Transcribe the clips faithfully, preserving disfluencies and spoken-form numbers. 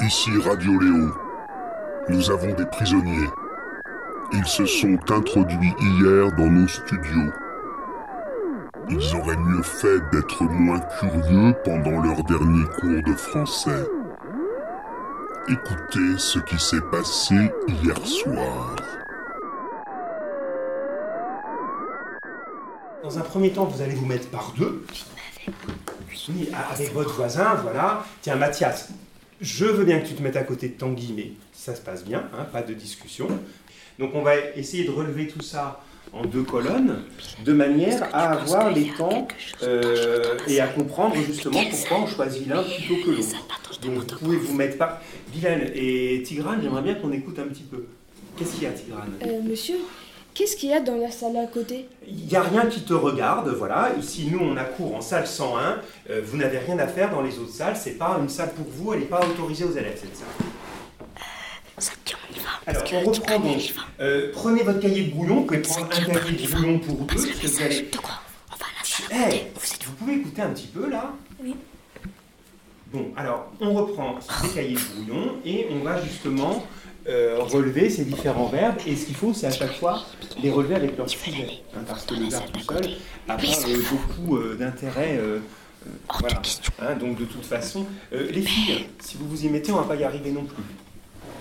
Ici Radio Léo. Nous avons des prisonniers. Ils se sont introduits hier dans nos studios. Ils auraient mieux fait d'être moins curieux pendant leur dernier cours de français. Écoutez ce qui s'est passé hier soir. Dans un premier temps, vous allez vous mettre par deux. Oui, avec votre voisin, voilà. Tiens, Mathias, je veux bien que tu te mettes à côté de Tanguy, mais ça se passe bien, hein, pas de discussion. Donc on va essayer de relever tout ça en deux colonnes, de manière à avoir les temps euh, et à comprendre justement pourquoi on choisit l'un plutôt que l'autre. Donc vous pouvez vous mettre par... Bilal et Tigrane, j'aimerais bien qu'on écoute un petit peu. Qu'est-ce qu'il y a, Tigrane ? euh, Monsieur, qu'est-ce qu'il y a dans la salle à côté ? Il n'y a rien qui te regarde, voilà. Ici, nous, on a cours en salle cent un. Euh, vous n'avez rien à faire dans les autres salles. C'est pas une salle pour vous, elle n'est pas autorisée aux élèves, cette salle. Ça te dit, on y va. Alors, on reprend donc. Euh, prenez votre cahier de brouillon. Vous pouvez prendre un cahier de brouillon pour deux. Parce Parce que vous que allez... de quoi? On va à la salle à Hey, côté. Vous êtes vous pouvez écouter un petit peu, là ? Oui. Bon, alors, on reprend les cahiers de brouillon et on va justement euh, relever ces différents verbes. Et ce qu'il faut, c'est à chaque fois les relever avec leur sujet. Hein, parce que le verbe tout seul n'a pas euh, beaucoup euh, d'intérêt. Euh, euh, voilà. Hein, donc, de toute façon, euh, les filles, si vous vous y mettez, on ne va pas y arriver non plus. Hein ?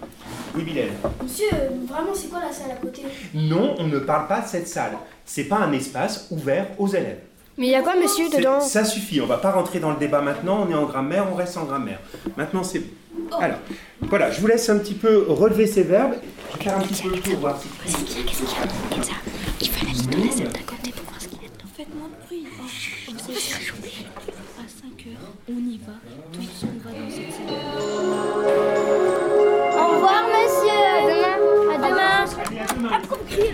Oui, Bilal. Monsieur, euh, vraiment, c'est quoi la salle à côté ? Non, on ne parle pas de cette salle. C'est pas un espace ouvert aux élèves. Mais il y a quoi, monsieur, C'est- dedans ? Ça suffit, on va pas rentrer dans le débat maintenant, on est en grammaire, on reste en grammaire. Maintenant c'est... Alors, voilà, je vous laisse un petit peu relever ces verbes. Je vais faire un petit peu le tour, voir si... Qu'est-ce qu'il y a? Qu'est-ce qu'il y a? Elsa, il faut aller dans la salle d'à côté pour voir ce qu'il y a dedans. Faites moins de bruit. Oh, vous savez, à cinq heures, on y va. Tous on va dans cette salle. Au revoir, monsieur. À demain. À demain. Allez, à demain. Pourquoi vous criez, là ?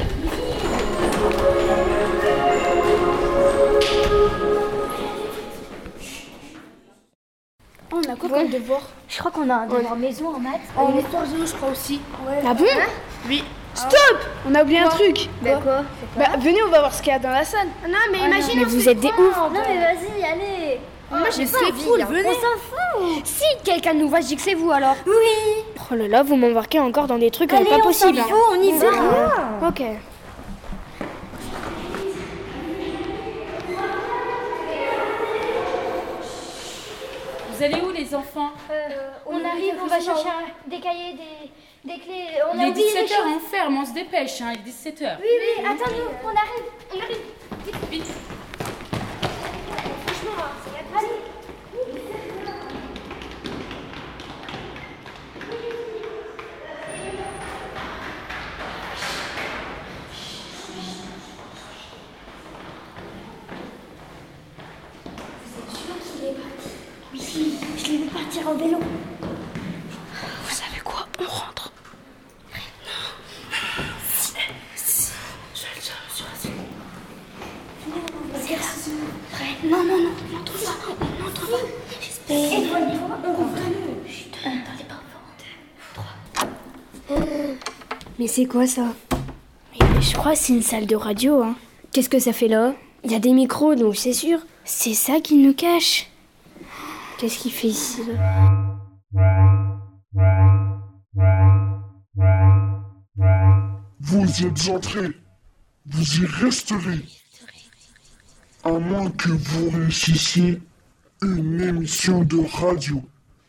Oh, on a quoi comme devoir ? Je crois qu'on a un devoir maison en maths. En histoire géo, je crois aussi. Ouais. Ah bon ? Oui. Stop ! On a oublié un truc. D'accord. Bah venez, on va voir ce qu'il y a dans la salle. Non, mais imagine, Mais on vous se êtes des prend. oufs. Non, mais vas-y, allez. Moi, j'ai pas envie. venez. On s'en fout. Si quelqu'un nous voit, je dis que c'est vous alors. Oui. Oh là là, vous m'embarquez encore dans des trucs Allez, pas on possibles. s'en fout, on y va. Ok. Vous allez où, les enfants? On arrive, on va chercher un- des cahiers, des, des clés. On Il a est oublié les dix-sept heures, choses. on ferme, on se dépêche, hein, il est dix-sept heures. Oui, oui, attends-nous, on arrive, on arrive. Vite. Franchement, c'est la allez. Oui, je l'ai vu partir en vélo. Vous savez quoi? On rentre. Non, non, non, on n'entre pas, on n'entre pas. J'espère. On rentre. Chut, attendez pas. Mais c'est quoi ça? Mais je crois que c'est une salle de radio, hein. Qu'est-ce que ça fait là? Il y a des micros, donc c'est sûr. C'est ça qui nous cache. Qu'est-ce qu'il fait ici là? Vous y êtes entrés. Vous y resterez. À moins que vous réussissiez une émission de radio.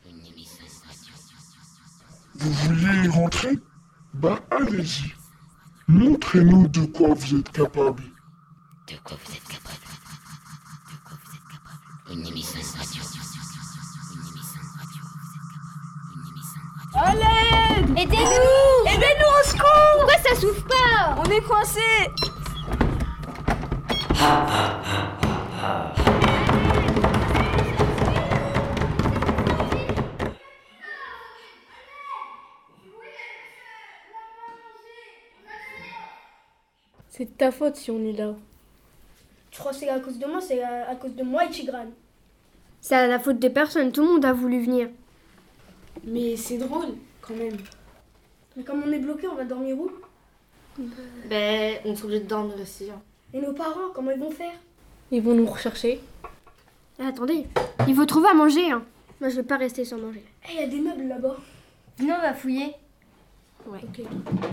Vous vouliez y rentrer? Bah allez-y. Montrez-nous de quoi vous êtes capable. De quoi vous êtes capable? De quoi vous êtes capable? Une émission de radio. Une émission de radio. Vous êtes capable? Une émission de radio. Aidez-nous. Aidez-nous au secours! Pourquoi ça s'ouvre pas? On est coincés! C'est de ta faute si on est là. Tu crois que c'est à cause de moi? C'est à, à cause de moi et Tigrane. C'est à la faute de personne, tout le monde a voulu venir. Mais c'est drôle, quand même. Mais comme on est bloqué, on va dormir où? Ben, on est obligé de dormir ici. Hein. Et nos parents, comment ils vont faire? Ils vont nous rechercher. Eh, attendez, il faut trouver à manger. Hein. Moi, je vais pas rester sans manger. Eh, il y a des meubles là-bas. Venez, on va fouiller. Ouais. Ok.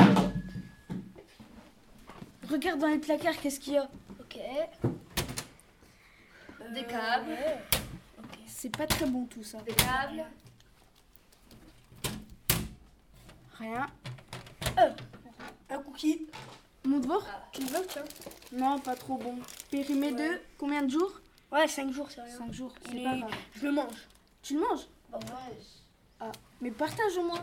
Regarde dans les placards, qu'est-ce qu'il y a? Ok. Des câbles. Ok. C'est pas très bon tout ça. Des câbles. Rien. Euh, un cookie. Mon devoir? Tu le veux, tiens? Non, pas trop bon. Périmé de combien de jours? Ouais, cinq jours, c'est rien. cinq jours, c'est Il pas est- grave. Je le mange. Tu le manges? Bah ouais. Ah, mais partage au moins.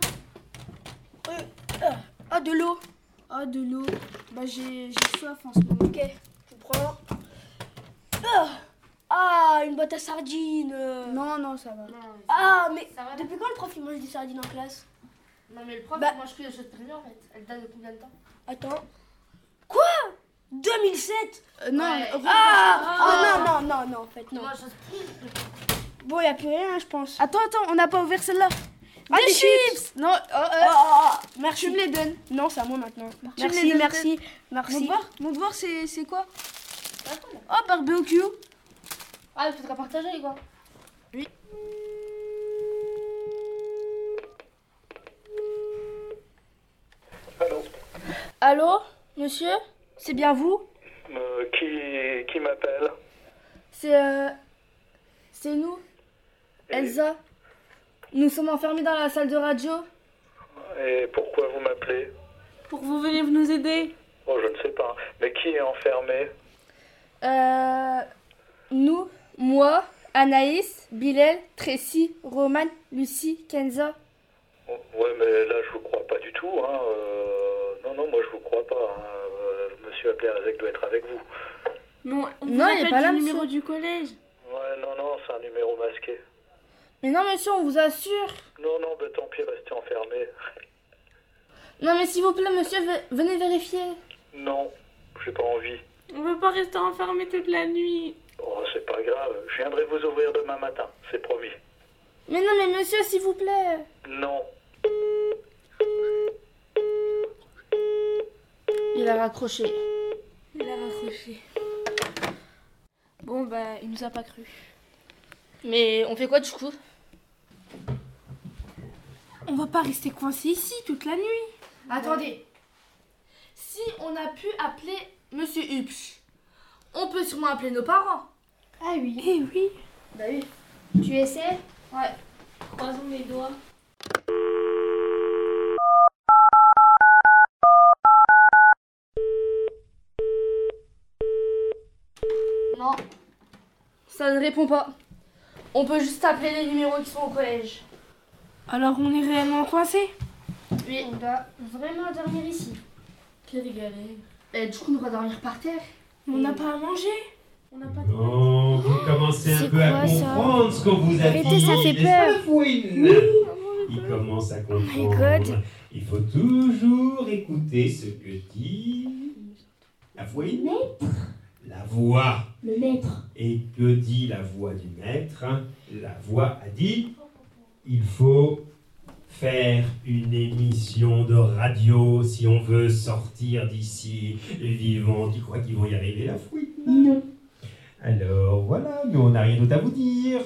Ah, de l'eau. Ah, de l'eau. Bah, j'ai j'ai soif en ce moment. Ok, je prends. Ah, ah, une boîte à sardines. Non, non, ça va. Non, Ah, mais ça va. depuis quand le prof il mange des sardines en classe? Non, mais le prof, Bah- il mange que les choses primées en fait. Elle date de combien de temps? Attends. Quoi? deux mille sept? Euh, non, Ouais. re- Ah, Ah. ah non, non, non, non, en fait, Il non. mange des choses primées. Bon, y a plus rien, je pense. Attends, attends, on n'a pas ouvert celle-là. Ah, des chips. Non, oh, euh, Oh, oh, oh, tu merci. me les donnes. Non, c'est à moi maintenant. Tu me Merci, les merci, Mon merci. devoir, mon devoir c'est c'est quoi? Oh, barbecue. Ah, il faudra partager quoi. Allô. Allô, monsieur? C'est bien vous? Euh, qui qui m'appelle? C'est euh, c'est nous, Et- Elsa. Nous sommes enfermés dans la salle de radio. Et pourquoi vous m'appelez? Pour que vous veniez nous aider. Oh, je ne sais pas. Mais qui est enfermé? Euh, nous, moi, Anaïs, Bilal, Tracy, Roman, Lucie, Kenza. Oh, ouais, mais là, je vous crois pas du tout. Hein. Euh, non, non, moi, je vous crois pas. Hein. Euh, monsieur Abderazek doit être avec vous. Non, on Non, il est pas là, le monsieur. numéro du collège. Ouais, non, non, c'est un numéro masqué. Mais non, monsieur, on vous assure. Non, non, bah tant pis, restez enfermé. Non, mais s'il vous plaît, monsieur, ve- venez vérifier. Non, j'ai pas envie. On veut pas rester enfermé toute la nuit. Oh, c'est pas grave. Je viendrai vous ouvrir demain matin, c'est promis. Mais non, mais monsieur, s'il vous plaît. Non. Il a raccroché. Il a raccroché. Bon, bah, il nous a pas cru. Mais on fait quoi du coup? On va pas rester coincé ici toute la nuit. Attendez. Si on a pu appeler Monsieur Hupsch, on peut sûrement appeler nos parents. Ah oui. Eh oui. Bah oui. Tu essaies? Ouais. Croisons les doigts. Non. Ça ne répond pas. On peut juste appeler les numéros qui sont au collège. Alors on est réellement coincé? Oui. On doit vraiment dormir ici. Quelle galère. Et du coup, on va dormir par terre. On n'a pas à manger. On n'a pas de... Oh, vous commencez un C'est peu à quoi, ça? comprendre ce qu'on vous a Arrêtez, dit. ça fait n'est-ce peur. pas, Fouine? Il commence à comprendre. God. Il faut toujours écouter ce que dit la Fouine. La voix. Le maître. Et que dit la voix du maître? La voix a dit il faut faire une émission de radio si on veut sortir d'ici vivant. Tu crois qu'ils vont y arriver, la Fouine? Non. Alors voilà, mais on n'a rien d'autre à vous dire.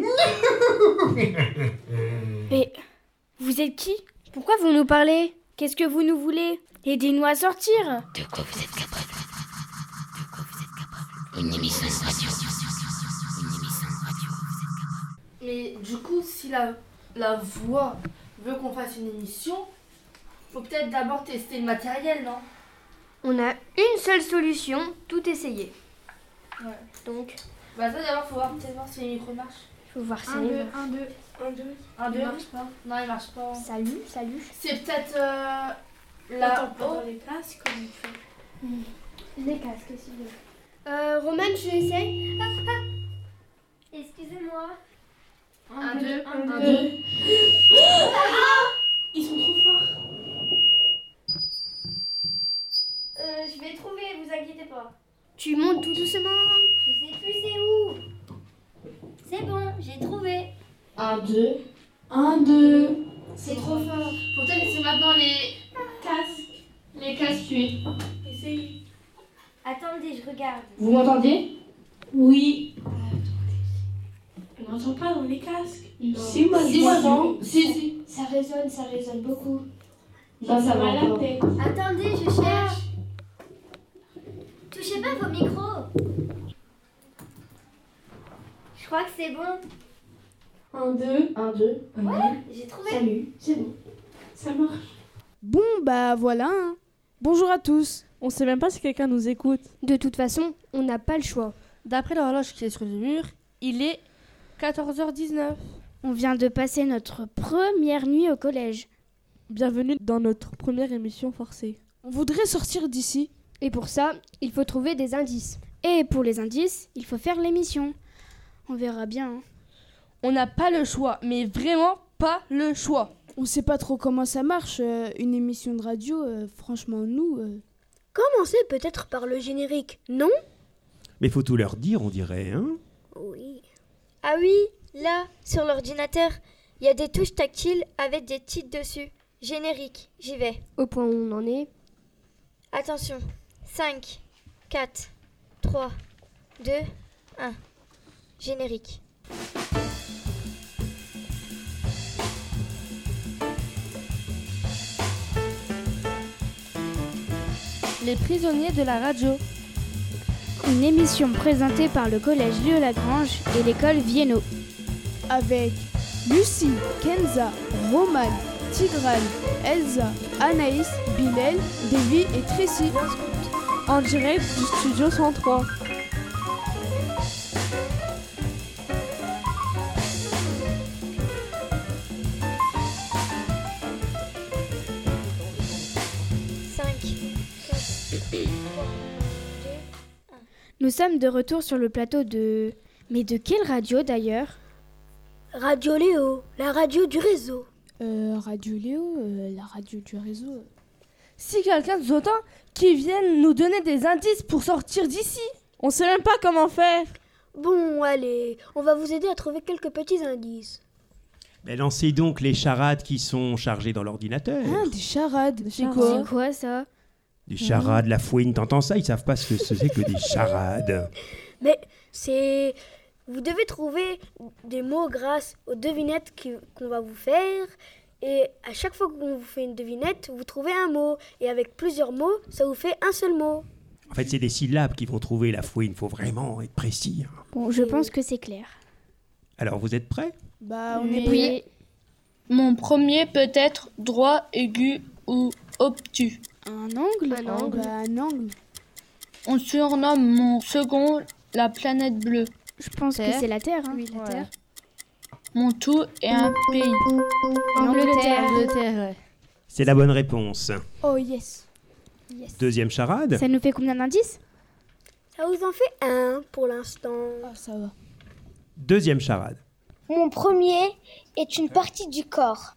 Mais vous êtes qui? Pourquoi vous nous parlez? Qu'est-ce que vous nous voulez? Aidez-nous à sortir. De quoi vous êtes capable? De quoi vous êtes capable? Une émission de radio. Une émission de radio. Mais du coup, si la, la voix veut qu'on fasse une émission, faut peut-être d'abord tester le matériel, non? On a une seule solution, tout essayer. Ouais. Donc, Bah ça d'abord, faut voir peut-être voir si les micros marchent. Il faut voir ça. un, deux, un, deux, un, deux. Un, Il deux. marche pas. Non, il marche pas. Salut, salut. C'est peut-être euh, Attends, la... pendant les casques, comment on fait? les casques, s'il vous plaît. Euh, Roman, tu essayes? Ah, ah. Excusez-moi. Un, deux, un, un, deux. deux. Ils sont trop forts. Euh, je vais trouver, vous inquiétez pas. Tu montes tout doucement. Je sais plus c'est où. C'est bon, j'ai trouvé. Un, deux. Un, deux. C'est trop fort. Faut peut-être laisser maintenant les Casque. les casques tués. Essaye. Attendez, je regarde. Vous m'entendez? Oui. Non, n'entend pas dans les casques. Non. Si, moi, Si, je moi, m'entends. non. Si, si. Ça résonne, ça résonne beaucoup. Ça, ça va va la pas. tête. Attendez, je cherche. Touchez pas vos micros. Je crois que c'est bon. Un, deux. Un, deux. Ouais, j'ai trouvé. Salut, c'est bon. Ça marche. Bon, bah voilà. Hein. Bonjour à tous. On sait même pas si quelqu'un nous écoute. De toute façon, on n'a pas le choix. D'après l'horloge qui est sur le mur, il est quatorze heures dix-neuf. On vient de passer notre première nuit au collège. Bienvenue dans notre première émission forcée. On voudrait sortir d'ici. Et pour ça, il faut trouver des indices. Et pour les indices, il faut faire l'émission. On verra bien. Hein. On n'a pas le choix, mais vraiment pas le choix. On sait pas trop comment ça marche, euh, une émission de radio, euh, franchement, nous... Euh... Commencez peut-être par le générique, non? Mais faut tout leur dire, on dirait, hein? Oui. Ah oui, là, sur l'ordinateur, il y a des touches tactiles avec des titres dessus. Générique, j'y vais. Au point où on en est. Attention. cinq, quatre, trois, deux, un. Générique. Les prisonniers de la radio. Une émission présentée par le collège Léo-Lagrange et l'école Vienno. Avec Lucie, Kenza, Roman, Tigrane, Elsa, Anaïs, Bilal, Davy et Tracy. En direct du studio cent trois. Nous sommes de retour sur le plateau de... Mais de quelle radio d'ailleurs? Radio Léo, la radio du réseau. Euh, Radio Léo, euh, la radio du réseau. Si quelqu'un nous entend, qu'il vienne nous donner des indices pour sortir d'ici. On sait même pas comment faire. Bon, allez, on va vous aider à trouver quelques petits indices. Mais lancez donc les charades qui sont chargées dans l'ordinateur. Ah, des charades. C'est quoi? C'est quoi ça? Des charades, la fouine, t'entends ça? Ils savent pas ce que c'est que des charades. Mais c'est... Vous devez trouver des mots grâce aux devinettes qui- qu'on va vous faire. Et à chaque fois qu'on vous fait une devinette, vous trouvez un mot. Et avec plusieurs mots, ça vous fait un seul mot. En fait, c'est des syllabes qui vont trouver la fouine. Faut vraiment être précis. hein. Bon, je pense que c'est clair. Alors, vous êtes prêts? Bah, on est Oui. prêts. Mon premier peut être droit, aigu ou obtus. Un angle? Un angle. Bah, un angle. On surnomme mon second la planète bleue. Je pense Terre. que c'est la Terre. Hein. Oui, la Terre. Mon tout est un pays. L'Angleterre. Angleterre, ouais. C'est la bonne réponse. Oh, yes. Yes. Deuxième charade. Ça nous fait combien d'indices? Ça vous en fait un pour l'instant. Ah, ça va. Deuxième charade. Mon premier est une partie du corps.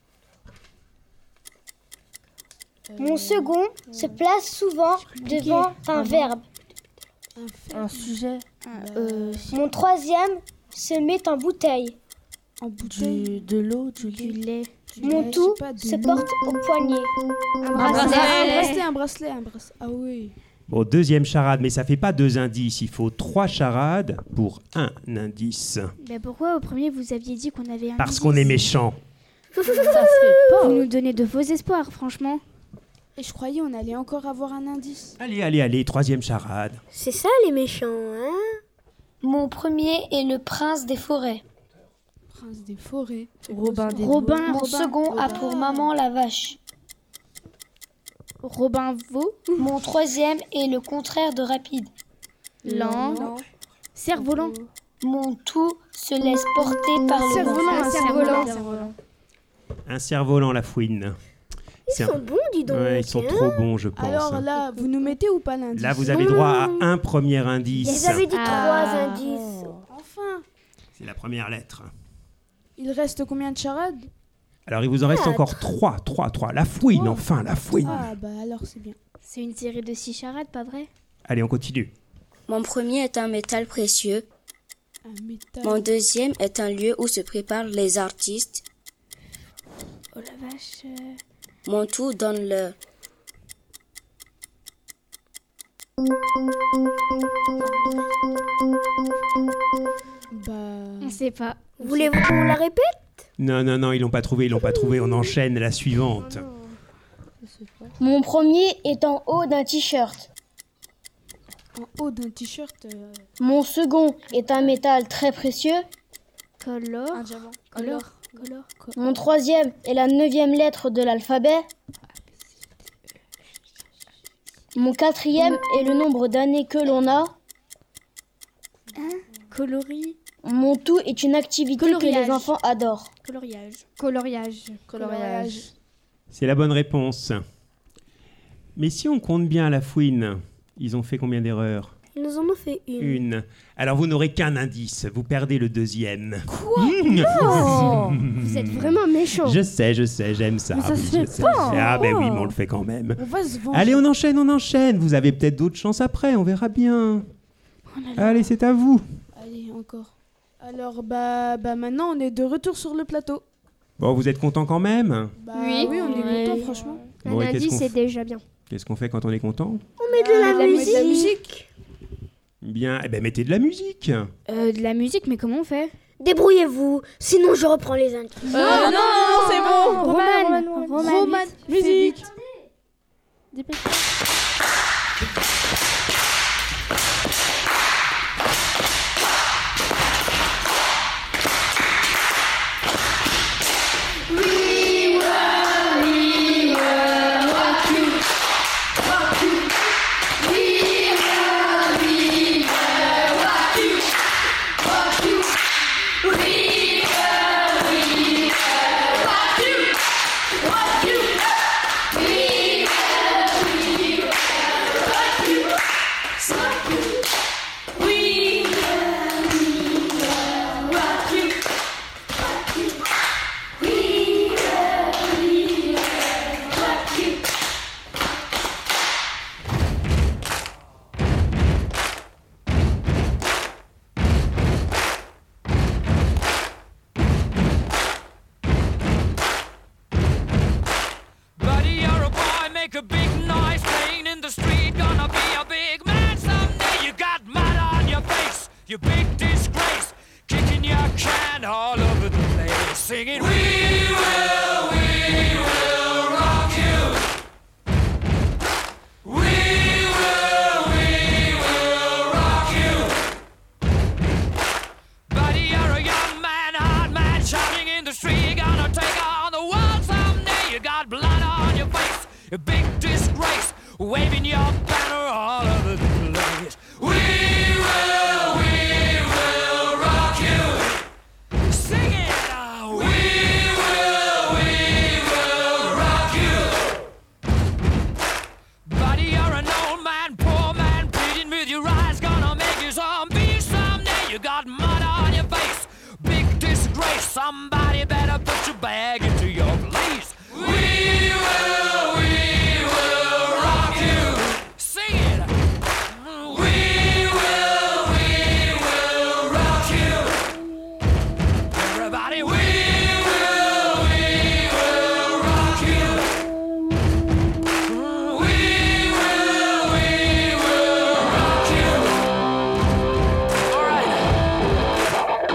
Mon second se place souvent devant un verbe. Un sujet. Euh, Mon troisième se met en bouteille. En bouteille. Du, de l'eau, du du lait. lait. Mon je tout sais pas, de se l'eau. porte au poignet. Un Ah, bracelet. un bracelet, un bracelet, un bracelet. Ah oui. Bon, deuxième charade, mais ça fait pas deux indices. Il faut trois charades pour un indice. Mais pourquoi au premier vous aviez dit qu'on avait un Parce indice? qu'on est méchant. Ça se fait pas. Vous nous donnez de faux espoirs, franchement. Et je croyais on allait encore avoir un indice. Allez, allez, allez, troisième charade. C'est ça les méchants, hein? Mon premier est le prince des forêts. Prince des forêts. Robin des Robin, Mon Robin, second a pour maman la vache. Robin Vaux, Mon troisième est le contraire de rapide. lent, cerf-volant. Mon tout se laisse porter par le vent. Cerf-volant, un cerf-volant. Cerf-volant. Un cerf-volant, la fouine. Ils C'est un- sont bons, dis donc. Ouais, ils sont hein. trop bons, je pense. Alors là, vous nous mettez ou pas l'indice? Là, vous avez droit à un premier indice. Ils avaient dit Ah. trois indices. Enfin. C'est la première lettre. Il reste combien de charades? Alors, il vous en reste Quatre. encore trois, trois, trois. La fouine, Trois. enfin, la fouine. Ah bah alors c'est bien. C'est une série de six charades, pas vrai? Allez, on continue. Mon premier est un métal précieux. Un métal. Mon deuxième est un lieu où se préparent les artistes. Oh la vache. euh, Mon tout donne le... Bah. On sait pas. Voulez-vous qu'on la répète? Non, non, non, ils l'ont pas trouvé, ils l'ont pas trouvé. On enchaîne la suivante. Mon premier est en haut d'un t-shirt. En haut d'un t-shirt. Euh... Mon second est un métal très précieux. Color. Un diamant. Color. Color. Color. Mon troisième est la neuvième lettre de l'alphabet. Mon quatrième est le nombre d'années que l'on a. Hein? Coloris. Mon tout est une activité Coloriage. que les enfants adorent. Coloriage. Coloriage. Coloriage. C'est la bonne réponse. Mais si on compte bien à la fouine, ils ont fait combien d'erreurs? Ils nous en ont fait une. Une. Alors vous n'aurez qu'un indice, vous perdez le deuxième. Quoi? Non. Vous êtes vraiment méchant. Je sais, je sais, j'aime ça. Mais ça oui, se fait je sais. pas. Ah ben oui, mais on le fait quand même. On va se venger. Allez, on enchaîne, on enchaîne. Vous avez peut-être d'autres chances après, on verra bien. Oh là là. Allez, c'est à vous. Allez, encore. Alors, bah, bah maintenant, on est de retour sur le plateau. Bon, vous êtes content quand même? Bah, oui, oui, on est content, franchement. Bon, Un et qu'est-ce indice, qu'on c'est f- déjà bien. Qu'est-ce qu'on fait quand on est content? On met de la, Ah, musique. de la musique. Bien, eh ben mettez de la musique. Euh, de la musique, mais comment on fait? Débrouillez-vous, sinon je reprends les indices. Euh, non, non, non, c'est bon. Romane, Romane, Romane, Romane, vite. musique. Buddy, you're a boy, make a big noise, playing in the street, gonna be a big man someday. You got mud on your face, you big disgrace, kicking your can all over the place, singing, we will, we will rock you. We will, we will rock you. Buddy, you're a young man, hard man, shouting in the street, gonna take on the world someday. You got blood on your face, a big disgrace, waving your banner all over the place. We will, we will rock you. Sing it now. We will, we will rock you. Buddy, you're an old man, poor man, pleading with your eyes, gonna make you zombie someday. You got mud on your face, big disgrace. Somebody better put your bag into your place. We will, we will rock you. Sing it. We will, we will rock you. Everybody, we will, we will rock you. We will, we will rock you. All right.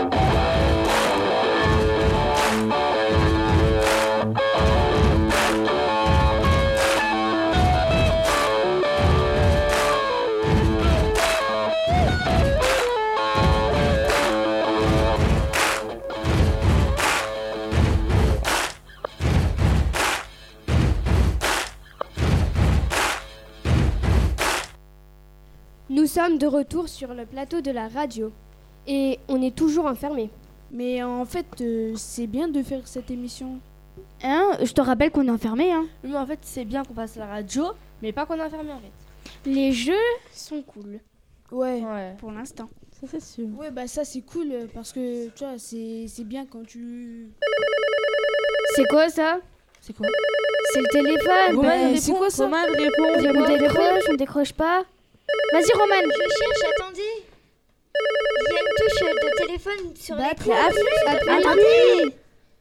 Nous sommes de retour sur le plateau de la radio. Et on est toujours enfermés. Mais en fait, euh, c'est bien de faire cette émission. Hein? Je te rappelle qu'on est enfermés, hein. Mais en fait, c'est bien qu'on passe à la radio, mais pas qu'on est enfermé en fait. Les jeux sont cool. Ouais, Ouais. pour l'instant. Ça, c'est sûr. Ouais, bah ça, c'est cool euh, parce que, tu vois, c'est c'est bien quand tu... C'est quoi ça? C'est quoi? C'est le téléphone. Romane, c'est réponds. quoi ça? Romane, réponds. On décroche, on décroche pas. Vas-y, Romane. Je cherche, attendez. Il y a une touche de téléphone sur Batterie. l'écran. Appuie, Attendez.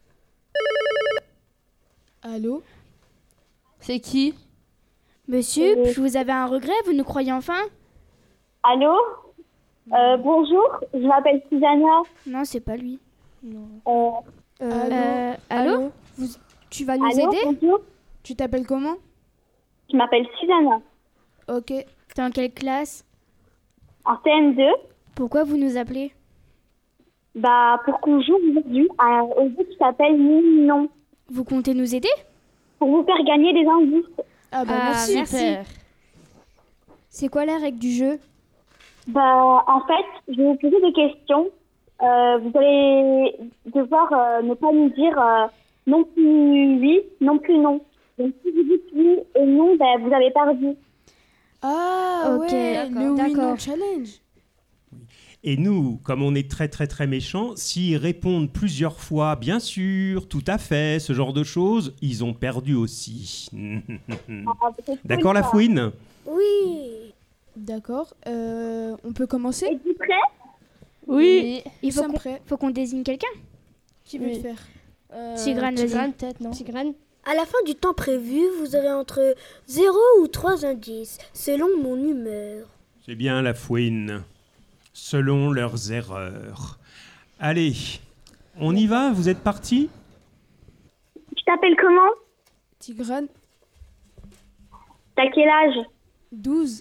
Allô? C'est qui? Monsieur, vous avez un regret? Vous nous croyez enfin? Allô euh, Bonjour, je m'appelle Susanna. Non, c'est pas lui. Non. Euh, Euh, Euh, allô Vous- Tu vas nous allô, aider bonjour. Tu t'appelles comment? Je m'appelle Susanna. Ok. T'es en quelle classe? En C M deux. Pourquoi vous nous appelez? Bah, pour qu'on joue aujourd'hui à- au jeu qui s'appelle Oui, non. Vous comptez nous aider? Pour vous faire gagner des indices. Ah bah Ah, merci. merci. C'est quoi la règle du jeu? Bah, en fait, je vais vous poser des questions. Euh, vous allez devoir euh, ne pas nous dire euh, non plus oui, non plus non. Donc, si vous dites oui et non, bah, vous avez perdu. Ah Ok, ouais, d'accord. le oui D'accord. non challenge. Et nous, comme on est très très très méchants, s'ils répondent plusieurs fois, bien sûr, tout à fait, ce genre de choses, ils ont perdu aussi. D'accord, la fouine? Oui. D'accord. Euh, on peut commencer? Es-tu prêt? Oui. Il faut Nous sommes qu'on prêts. faut qu'on désigne quelqu'un. Qui veut Oui. le faire? Euh, Tigrane, vas-y. Tigrane, peut-être, non? Tigrane. À la fin du temps prévu, vous aurez entre zéro ou trois indices, selon mon humeur. C'est bien, la fouine. Selon leurs erreurs. Allez, on y va? Vous êtes partis? Tu t'appelles comment? Tigrane. T'as quel âge? douze.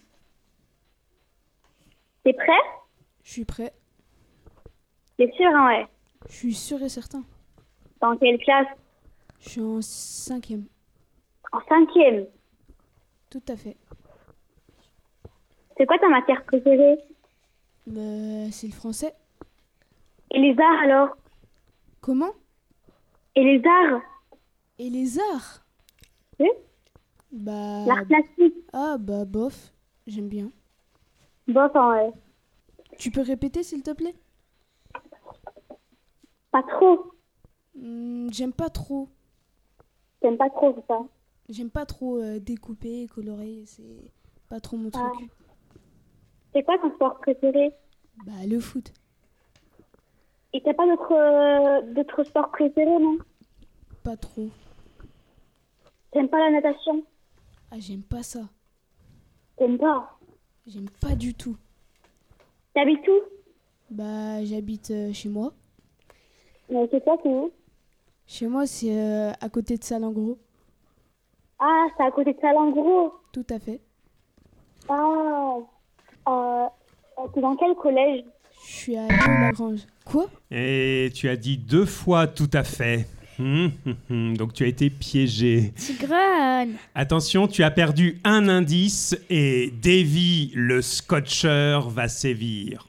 T'es prêt? Je suis prêt. T'es sûr, hein, ouais. Je suis sûr et certain. Dans quelle classe? Je suis en cinquième. En cinquième. Tout à fait. C'est quoi ta matière préférée? Euh, c'est le français. Et les arts alors? Comment? Et les arts? Et les arts? Oui. Bah. L'art plastique. Ah bah bof. J'aime bien. Bof, hein, ouais. Tu peux répéter s'il te plaît? Pas trop. Hmm, j'aime pas trop. T'aimes pas trop, c'est ça? J'aime pas trop euh, découper, colorer. C'est pas trop mon Ah. truc. C'est quoi ton sport préféré? Bah le foot. Et t'as pas d'autres euh, d'autres sports préférés, non? Pas trop. T'aimes pas la natation? Ah j'aime pas ça. T'aimes pas? J'aime pas du tout. T'habites où? Bah j'habite euh, chez moi. Mais c'est toi, c'est où? Chez moi c'est euh, à côté de Salengro. Ah, c'est à côté de Salengro. Tout à fait. Ah, euh, t'es dans quel collège? Je suis à Léo-Lagrange. Quoi? Et tu as dit deux fois tout à fait. Hum, hum, hum. Donc tu as été piégé. Tigrane. Attention, tu as perdu un indice et Davy, le scotcheur, va sévir.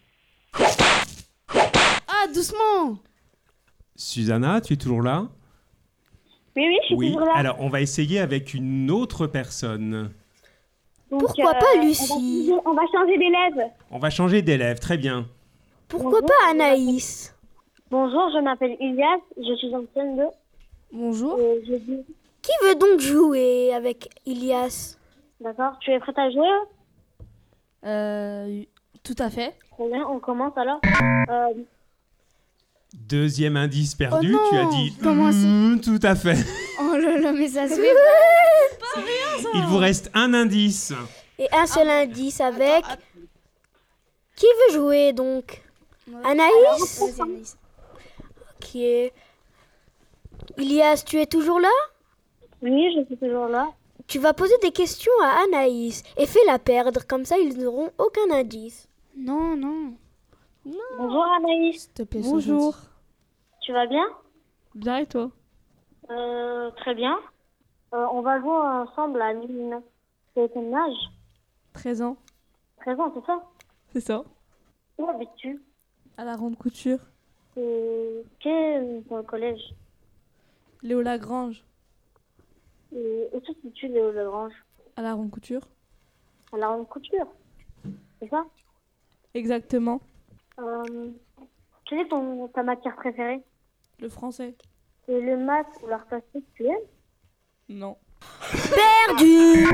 Ah doucement! Susanna, tu es toujours là? Oui, oui, je suis Oui. toujours là. Alors, on va essayer avec une autre personne. Donc, Pourquoi pas on va Lucie? changer- On va changer d'élève. On va changer d'élève, très bien. Pourquoi pas Anaïs? Bonjour, je m'appelle Ilias, je suis en C M deux. Bonjour. Et je dis... Qui veut donc jouer avec Ilias? D'accord, tu es prête à jouer? Euh, tout à fait. Très bien, on commence alors. Euh, Deuxième indice perdu, Oh non, tu as dit comment ça hum, tout à fait. Oh là là, mais ça se fait pas. Il vous reste un indice. Et un seul indice avec... Qui veut jouer donc? Anaïs? Vas-y, Anaïs. Ok. Ilias, tu es toujours là? oui, je suis toujours là. Tu vas poser des questions à Anaïs et fais-la perdre, comme ça ils n'auront aucun indice. Non, non. Bonjour Anaïs, S'il te plaît, sois Bonjour. gentil. tu vas bien? Bien et toi? Euh, très bien. Euh, on va jouer ensemble à Nîmes. C'est ton âge? treize ans. treize ans, c'est ça? C'est ça. Où habites-tu? À la ronde couture. Et quel dans le collège? Léo Lagrange. Et où se situe Léo Lagrange? À la ronde couture. À la ronde couture. C'est ça? Exactement. Euh, quelle est ton, ta matière préférée? Le français. Et le maths ou l'art plastique, tu aimes? Non. Perdu!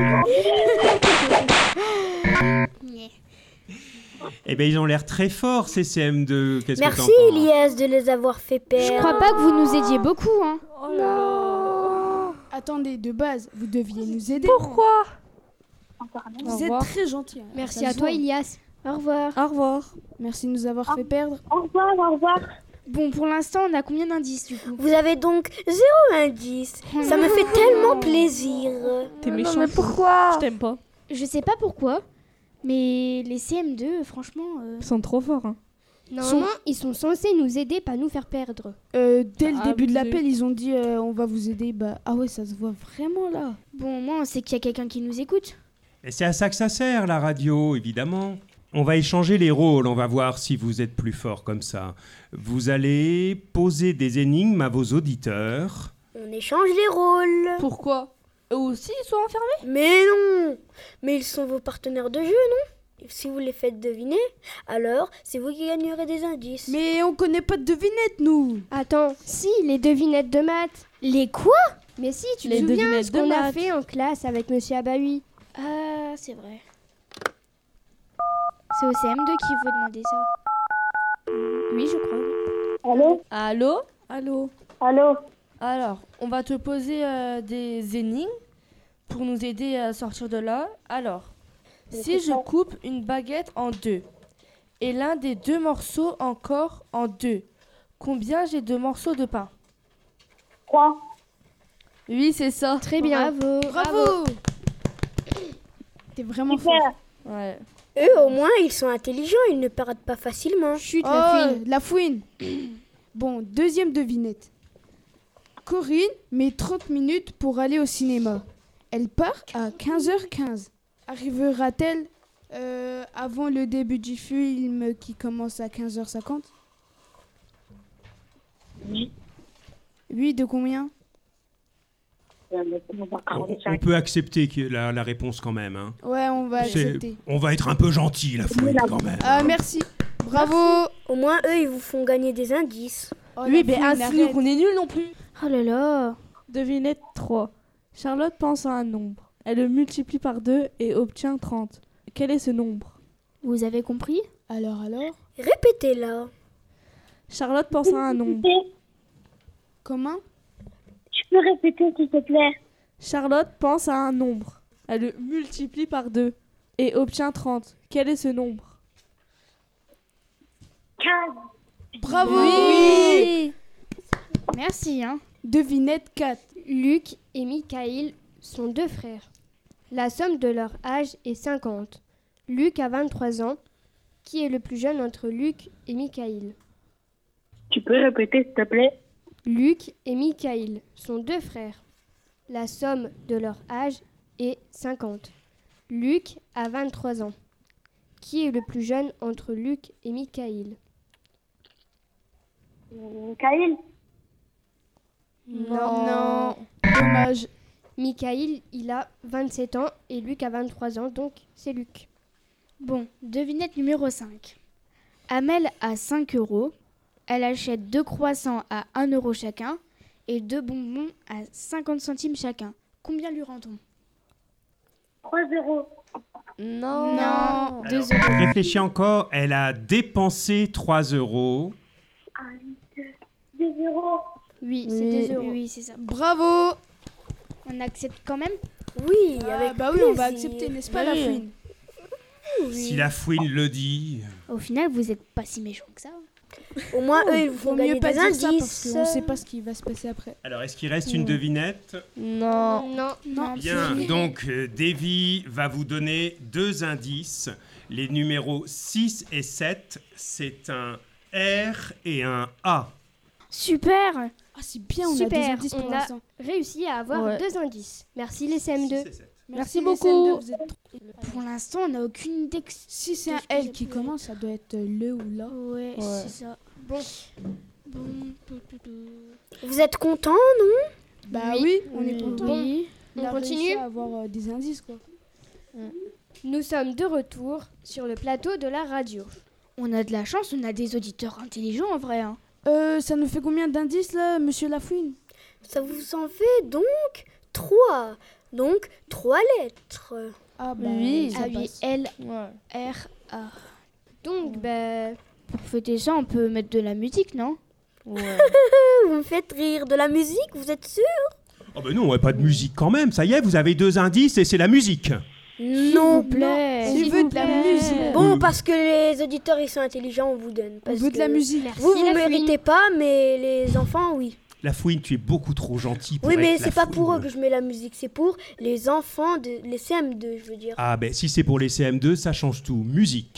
Eh bien, ils ont l'air très forts, ces C M deux. Qu'est-ce que Merci t'en penses? Ilias de les avoir fait perdre. Je crois pas que vous nous aidiez beaucoup, hein. Oh là là. Attendez, de base, vous deviez nous aider. Pourquoi? Vous Au êtes revoir. très gentil. hein. Merci Ça à se toi, voit. Ilias. Au revoir. Au revoir. Merci de nous avoir fait perdre. Au revoir, au revoir. Bon, pour l'instant, on a combien d'indices du coup? Vous avez donc zéro indice. Ça me fait tellement plaisir. T'es Non, méchant. mais pourquoi? Je t'aime pas. Je sais pas pourquoi, mais les C M deux, franchement... euh, Ils sont trop forts, hein. Normalement, ils sont censés nous aider, pas nous faire perdre. Euh, dès le Ah, début de abusé. l'appel, ils ont dit euh, on va vous aider. Bah, ah ouais, ça se voit vraiment là. Bon, au moins, on sait qu'il y a quelqu'un qui nous écoute. Et c'est à ça que ça sert, la radio, évidemment. On va échanger les rôles, on va voir si vous êtes plus fort comme ça. Vous allez poser des énigmes à vos auditeurs. On échange les rôles. Pourquoi? Eux aussi, ils sont enfermés? Mais non. Mais ils sont vos partenaires de jeu, non? Si vous les faites deviner, alors c'est vous qui gagnerez des indices. Mais on connaît pas de devinettes, nous. Attends, si, les devinettes de maths. Les quoi? Mais si, tu Les te souviens devinettes ce de qu'on a maths. fait en classe avec Monsieur Abahui? Ah, c'est vrai. C'est au C M deux qu'il faut demander ça. Oui, je crois. Oui. Allô? Allô? Allô? Allô? Alors, on va te poser euh, des énigmes pour nous aider à sortir de là. Alors, si je coupe une baguette en deux et l'un des deux morceaux encore en deux, combien j'ai de morceaux de pain? Trois. Oui, c'est ça. Très bien. Bravo. Bravo. T'es vraiment Super. fort. Ouais. Eux, au moins, ils sont intelligents, ils ne perdent pas facilement. Chut, Oh, la fouine. la fouine. Bon, deuxième devinette. Corinne met trente minutes pour aller au cinéma. Elle part à quinze heures quinze. Arrivera-t-elle euh, avant le début du film qui commence à quinze heures cinquante? Oui. Oui, de combien? Euh, mais comment on va On, quarante-cinq? on peut accepter que la, la réponse quand même. Hein. Ouais, on va C'est- accepter. On va être un peu gentil, la fouine, quand même. Ah, merci. Bravo. Au moins, eux, ils vous font gagner des indices. Oh, Oui, la mais fouine, ainsi nous arrête. qu'on est nuls non plus. Oh là là. Devinette trois. Charlotte pense à un nombre. Elle le multiplie par deux et obtient trente. Quel est ce nombre? Vous avez compris? Alors, alors Répétez-la. Charlotte pense à un nombre. Comment? Tu peux répéter, s'il te plaît? Charlotte pense à un nombre. Elle le multiplie par deux et obtient trente. Quel est ce nombre? quinze. Bravo. Oui. Merci, hein. Devinette quatre. Luc et Michael sont deux frères. La somme de leur âge est cinquante. Luc a vingt-trois ans. Qui est le plus jeune entre Luc et Michael? Tu peux répéter, s'il te plaît? Luc et Michael sont deux frères. La somme de leur âge est cinquante. Luc a vingt-trois ans. Qui est le plus jeune entre Luc et Michael? Michael? Non. Non. Dommage. Michael, il a vingt-sept ans et Luc a vingt-trois ans, donc c'est Luc. Bon, devinette numéro cinq. Amel a cinq euros. Elle achète deux croissants à un euro chacun et deux bonbons à cinquante centimes chacun. Combien lui rend-on? trois euros. Non. Non, deux Alors, euros. réfléchis encore, elle a dépensé trois euros. Un, deux, deux euros. Oui, Oui. c'est deux euros. Oui, c'est ça. Bravo. On accepte quand même? Oui, Ah, avec bah oui, on va plaisir. accepter, n'est-ce pas, Oui. la fouine? Si la fouine le dit. Au final, vous êtes pas si méchant que ça. Au moins, eux, ils vous Vaut font mieux gagner pas des dire ça parce indices. qu'on sait pas ce qui va se passer après. Alors, est-ce qu'il reste une devinette? Non. Non. Non. Bien, donc euh, Davy va vous donner deux indices. Les numéros six et sept, c'est un R et un A. Super. Ah, c'est bien, on a Super. des indices pour On a l'instant. réussi à avoir Ouais. deux indices. Merci les C M deux. six et sept. Merci les beaucoup. S M deux, vous êtes trop- Pour l'instant, on n'a aucune idée que... Si c'est un Qu'est-ce que L ça qui peut commence, ça doit être le ou la. Ouais, Ouais. c'est ça. Bon. Bon, tout, tout, tout. Vous êtes contents, non? Bah Oui. oui, on Oui. est content. Bon, On on a réussi continue. à avoir euh, des indices, quoi. Nous sommes de retour sur le plateau de la radio. On a de la chance, on a des auditeurs intelligents en vrai. Hein. Euh, ça nous fait combien d'indices, là, monsieur Lafouine? Ça vous en fait donc trois. Donc, trois lettres. Ah bah Oui. ça A, oui, passe. L, Ouais. R, A. Donc, ben, Pour fêter ça, on peut mettre de la musique, non? Ouais. Vous me faites rire. De la musique, vous êtes sûr? Oh ben non, pas de musique quand même. Ça y est, vous avez deux indices et c'est la musique. Non, vous plaît. Je veux de la musique. Bon, parce que les auditeurs ils sont intelligents, on vous donne. On veut de la musique. Vous, vous la méritez pas, mais les enfants, oui. La Fouine, tu es beaucoup trop gentille pour Oui, être mais la c'est pas Fouine. pour eux que je mets la musique, c'est pour les enfants, de, les C M deux, je veux dire. Ah ben si c'est pour les C M deux, ça change tout. Musique.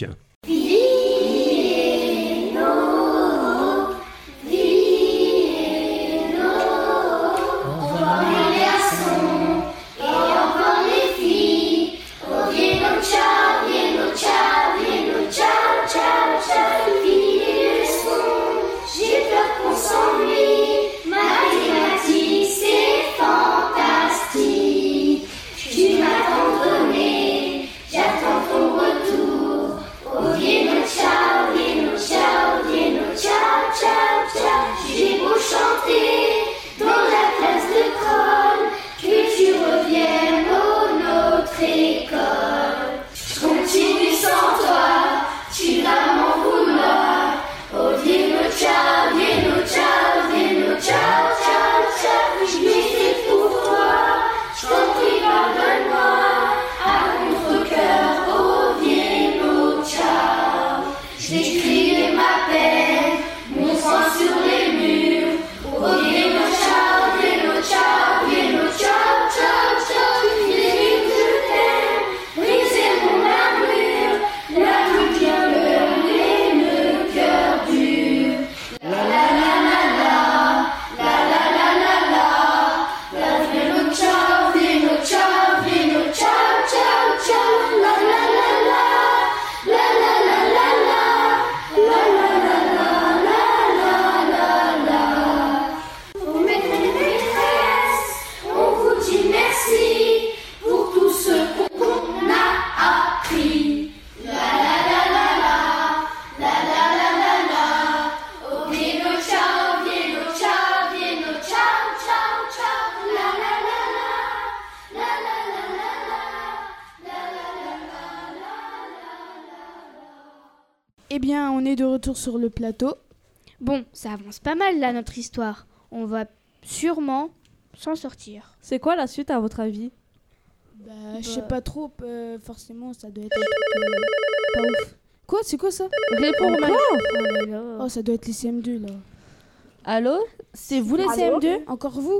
Eh bien, on est de retour sur le plateau. Bon, ça avance pas mal là, notre histoire. On va sûrement s'en sortir. C'est quoi la suite à votre avis? Bah, je sais pas trop, euh, forcément, ça doit être un truc euh, pas ouf. Quoi, c'est quoi ça? Réponds Encore maintenant. Oh, ça doit être les C M deux là. Allô? C'est vous les C M deux? Encore vous?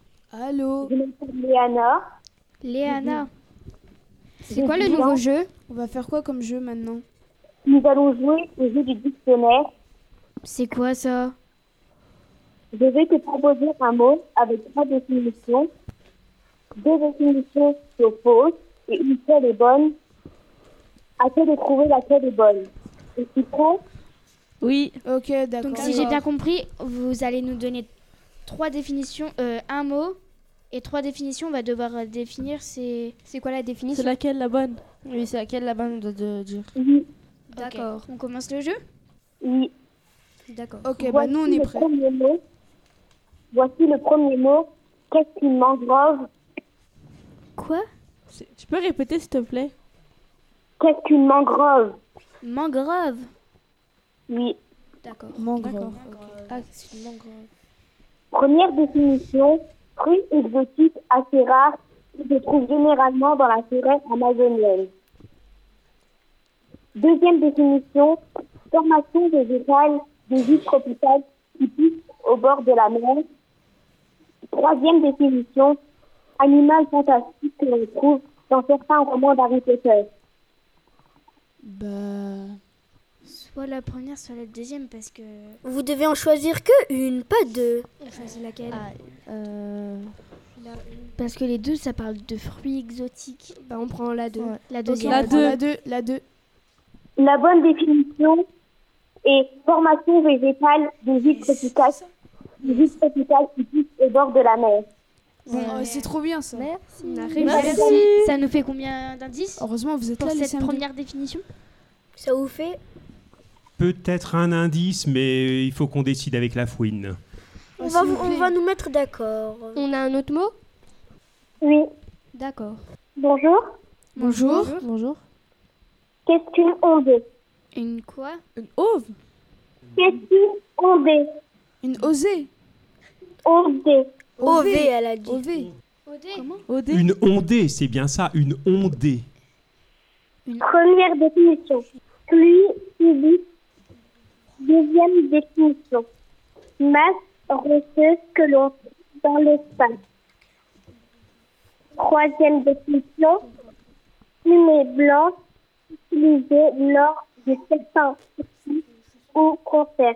Allô? Je m'appelle Léana. Léana. C'est C'est quoi le nouveau jeu? On va faire quoi comme jeu maintenant? Nous allons jouer au jeu du dictionnaire. C'est quoi ça? Je vais te proposer un mot avec trois définitions. Deux définitions sont fausses et une seule est bonne. À toi de trouver laquelle est bonne. Es-tu prêt? Oui. Ok, d'accord. Donc si j'ai bien compris, vous allez nous donner trois définitions, euh, un mot et trois définitions. On va devoir euh, définir c'est c'est quoi la définition? C'est laquelle la bonne? Oui, c'est laquelle la bonne de, de dire. Oui. D'accord. On commence le jeu? Oui. D'accord. Ok, bah Voici nous on est le prêts. premier mot. Voici le premier mot. Qu'est-ce qu'une mangrove? Quoi? Tu peux répéter s'il te plaît? Qu'est-ce qu'une mangrove? Mangrove. Oui. D'accord. Mangrove. Ah, c'est une mangrove. Première définition. Fruit exotique assez rare qui se trouve généralement dans la forêt amazonienne. Deuxième définition. Formation végétale des îles tropicales qui poussent au bord de la mer. Troisième définition. Animal fantastique que l'on trouve dans certains romans d'Harry Potter. Bah... Soit la première, soit la deuxième parce que... Vous devez en choisir que une, pas deux. On choisit laquelle? Euh... Parce que les deux, ça parle de fruits exotiques. Bah, on prend la deux. Ouais. La deuxième. La deux. La deux, la deux. La bonne définition est formation végétale des îles tropicales, des îles tropicales qui poussent au bord de la mer. Bon, euh, c'est trop bien ça. Merci. Merci. Merci. Ça nous fait combien d'indices? Heureusement, vous êtes pour là, les cette C M deux. première définition? Ça vous fait? Peut-être un indice, mais il faut qu'on décide avec la Fouine. On va, on va nous mettre d'accord. On a un autre mot? Oui. D'accord. Bonjour. Bonjour. Bonjour. Qu'est-ce qu'une ondée? Une quoi? Une ove. Qu'est-ce qu'une ondée? Une osée. Ondée. O V, elle a dit. O V. Odé. Comment? Odé. Une ondée, c'est bien ça, une ondée. Première définition. Pluie subite. Deuxième définition. Masse rocheuse que l'on trouve dans l'espace. Troisième définition. Fumée blanche utilisée lors de certains festivals ou concerts.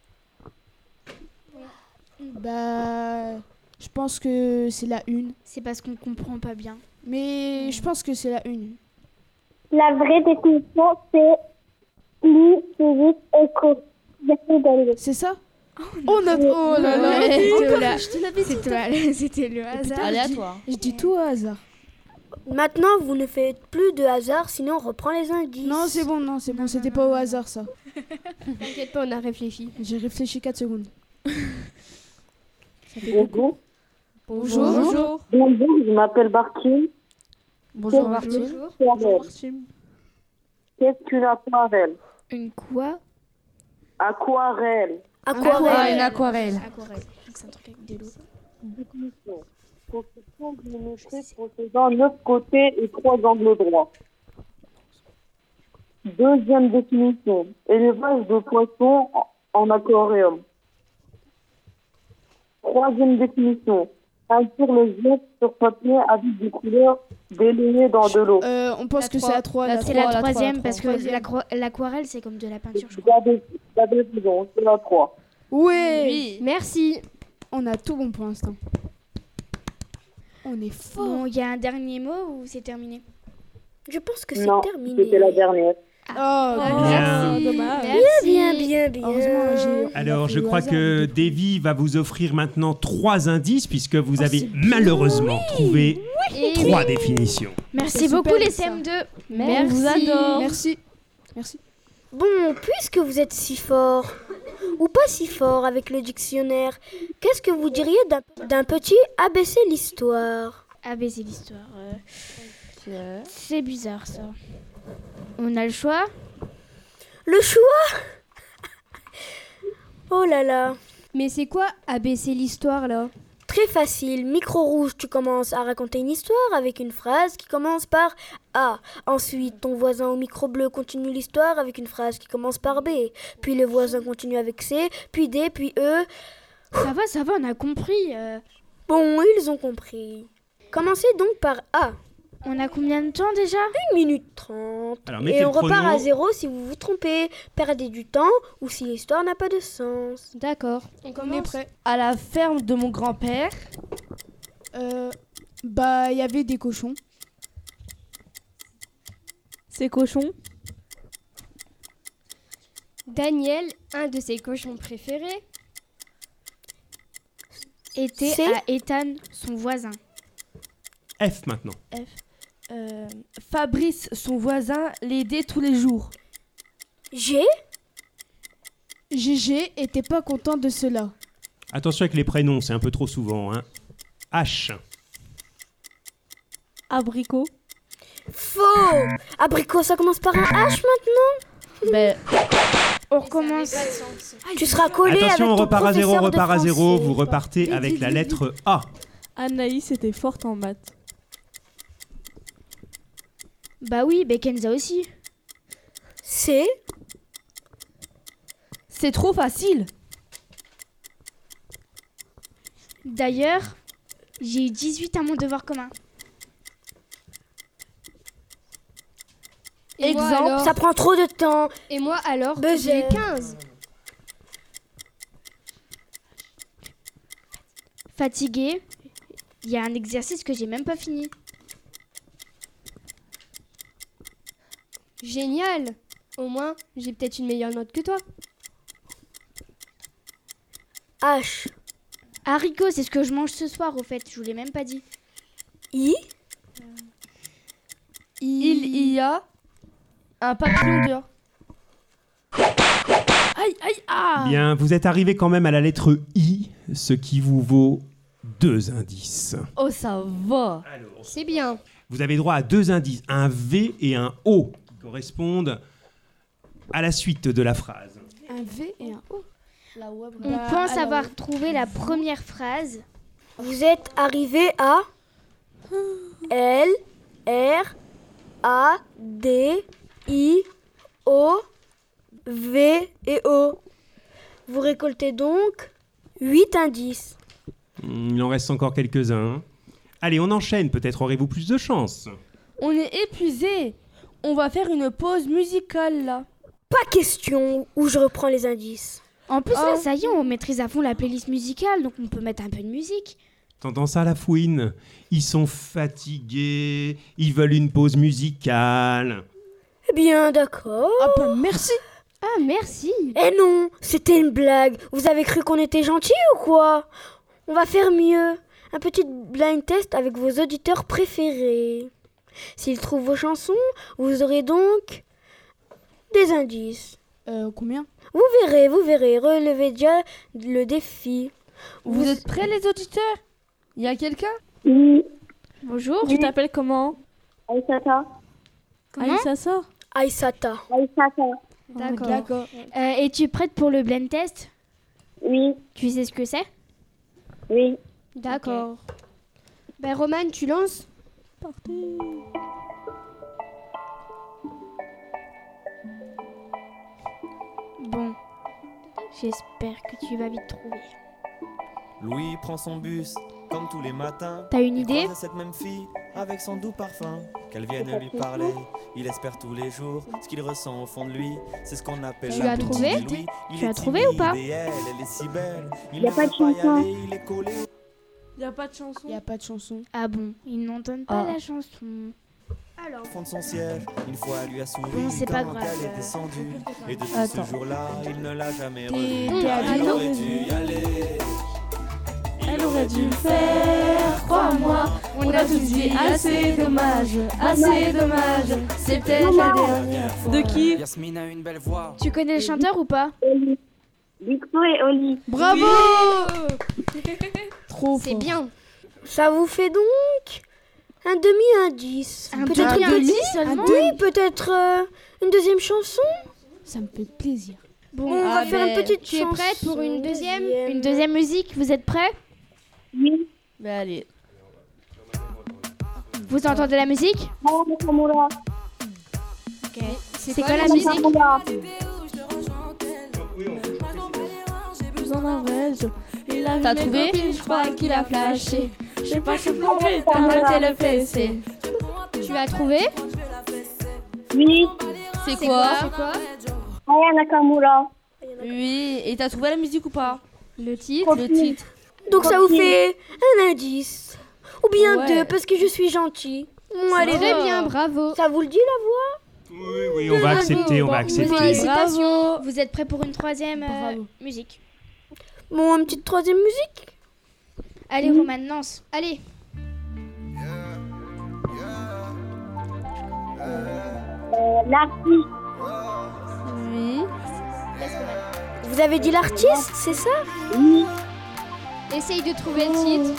Bah, je pense que c'est la une. C'est parce qu'on comprend pas bien. Mais je pense que c'est la une. La vraie définition, c'est pluie subite écho. C'est ça? On a oh là là, Ouais, oh, c'était là. je te l'avais dit. C'était c'était le hasard. Aléatoire. Je dis tout au hasard. Maintenant, vous ne faites plus de hasard, sinon on reprend les indices. Non, c'est bon, non, c'est bon, c'était pas au hasard ça. T'inquiète pas, on a réfléchi. J'ai réfléchi quatre secondes. Ça fait Bonjour. Bonjour. Bonjour. Bonjour, je m'appelle Bartim. Bonjour, Qu'est-ce Bartim. qu'une aquarelle? Qu'est-ce qu'une aquarelle? Une quoi? Aquarelle. Aquarelle. Une aquarelle. Aquarelle. C'est un truc avec de l'eau. Définition. Construction géométrique possédant neuf côtés et trois angles droits. Deuxième définition. Élevage de poissons en aquarium. Troisième définition. Peinture les yeux sur papier avec des couleurs délayées dans de l'eau. Euh, on pense que c'est la trois. C'est la troisième parce que l'aqua- l'aquarelle c'est comme de la peinture. Je crois. Vous avez, vous avez raison, c'est la trois. Ouais. Oui. Merci. On a tout bon pour l'instant. On est fort. Bon, il y a un dernier mot ou c'est terminé? Je pense que c'est Non, terminé. c'était la dernière. Oh, Bien. dommage. Bien, bien, bien, bien. Heureusement, j'ai- Alors, on a je fait au crois hasard, que du coup. Davy va vous offrir maintenant trois indices puisque vous avez c'est bien. malheureusement trouvé Oui. trois définitions. Merci C'est beaucoup super, les ça. C M deux. On vous adore. Merci. Merci. Bon, puisque vous êtes si fort, ou pas si fort avec le dictionnaire, qu'est-ce que vous diriez d'un, d'un petit A B C l'histoire? Ah ben c'est l'histoire. euh. C'est bizarre ça. On a le choix? Le choix? Oh là là. Mais c'est quoi abaisser l'histoire là? Très facile. Micro rouge, tu commences à raconter une histoire avec une phrase qui commence par A. Ensuite, ton voisin au micro bleu continue l'histoire avec une phrase qui commence par B. Puis le voisin continue avec C, puis D, puis E. Ça va, ça va, on a compris. euh. Bon, ils ont compris. Commencez donc par A. On a combien de temps déjà? Une minute trente. Alors, mettez Et le on repart chrono. à zéro si vous vous trompez. Perdez du temps ou si l'histoire n'a pas de sens. D'accord. On On est prêt. À la ferme de mon grand-père. Euh, bah, il y avait des cochons. Ces cochons. Daniel, un de ses cochons préférés. Était C'est à Ethan, son voisin. F maintenant. F. Euh, Fabrice, son voisin, l'aidait tous les jours. G. Gégé était pas content de cela. Attention avec les prénoms, c'est un peu trop souvent. Hein. H. Abricot. Faux. Abricot, ça commence par un H maintenant. Ben, On recommence. Tu seras collé avec Attention, on ton repart à zéro, professeur de repart à zéro. français. Vous repartez avec la lettre A. Anaïs était forte en maths. Bah oui, mais Kenza aussi. C. c'est trop facile. D'ailleurs, j'ai eu dix-huit à mon devoir commun. Et moi, Exemple, alors ça prend trop de temps. Et moi alors, Buzzer. j'ai eu quinze. Fatiguée, il y a un exercice que j'ai même pas fini. Génial. Au moins, j'ai peut-être une meilleure note que toi. H. Haricot, c'est ce que je mange ce soir, au fait. Je vous l'ai même pas dit. I. Il y a un papillon dehors. Aïe, aïe, ah Bien, vous êtes arrivé quand même à la lettre I, ce qui vous vaut deux indices. Oh, ça va. C'est bien. Vous avez droit à deux indices, un V et un O, qui correspondent à la suite de la phrase. Un V et un O. On Bah, pense alors- avoir trouvé la première phrase. Vous êtes arrivé à L, R, A, D, I, O, V et O. Vous récoltez donc huit indices. Il en reste encore quelques-uns. Allez, on enchaîne, peut-être aurez-vous plus de chance. On est épuisé. On va faire une pause musicale là. Pas question où je reprends les indices. En plus, Oh. là, ça y est, on maîtrise à fond la playlist musicale, donc on peut mettre un peu de musique. T'entends ça, la fouine? Ils sont fatigués, ils veulent une pause musicale. Eh bien, d'accord. Ah bah merci. Ah, merci. Eh non, c'était une blague. Vous avez cru qu'on était gentils ou quoi? On va faire mieux. Un petit blind test avec vos auditeurs préférés. S'ils trouvent vos chansons, vous aurez donc des indices. Euh, combien? Vous verrez, vous verrez. Relevez déjà le défi. Vous, vous êtes prêts les auditeurs? Il y a quelqu'un? Oui. Bonjour. Tu t'appelles comment? Aïssata. Aïssata. Aïssata. Aïssata. D'accord. D'accord. Euh, Es-tu prête pour le blend test? Oui. Tu sais ce que c'est? Oui. D'accord. Ben Romane, tu lances? Partez. Bon. J'espère que tu vas vite trouver. Louis prend son bus, comme tous les matins. T'as une Il idée? croise cette même fille, avec son doux parfum. Qu'elle vienne lui parler, il espère tous les jours. Ce qu'il ressent au fond de lui, c'est ce qu'on appelle Tu la as petite trouvé? Louis. Il Tu est as trouvé ou pas? timide et elle, elle est si belle. Il Y a ne pas veut de chanson. y aller, il est collé. Il n'y a pas de chanson. Il n'y a pas de chanson. Ah bon, il n'entend pas Ah. la chanson. Alors. Au fond de son siège, une fois elle lui a souri. Bon, c'est pas quand grave. elle est descendue. Et depuis Attends. ce jour-là, il ne l'a jamais T'es- revue. t'es à Il Lyon? aurait dû y aller. Elle aurait dû le faire, crois-moi. On a tous dit assez dommage, assez dommage. C'est peut-être la dernière fois. De qui? Yasmine a une belle voix. Tu connais le chanteur ou pas? Oli. Victo et Oli. Bravo. Trop C'est fort. bien. Ça vous fait donc un demi-indice. Un Peut-être demi-indice une- seulement? Oui, peut-être euh, une deuxième chanson. Ça me fait plaisir. Bon, On va ah, faire ben, une petite Tu es chanson. prête pour une deuxième? Une deuxième musique, vous êtes prêts? Oui. Ben allez. Vous entendez la musique? Maya Nakamura. Ok. C'est quoi la musique? Nakamura. T'as trouvé? Je crois qu'il a flashé. Je sais pas, je sais pas, t'as raté le fessé. Tu as trouvé? Oui. C'est quoi? C'est quoi? Maya Nakamura. Oui, et t'as trouvé la musique ou pas? Le titre? Le titre. Donc ça vous fait un indice. Ou bien Ouais. deux, parce que je suis gentil. Bon, allez, Très deux. bien, bravo. Ça vous le dit la voix? Oui, oui, on va accepter, on va accepter. Félicitations. Vous êtes prêts pour une troisième euh, Bravo. musique? Bon, une petite troisième musique. Allez, Romane, lance. Allez. Euh, L'artiste. Oui. Vous avez dit l'artiste, c'est ça? Oui. Essaye de trouver le titre.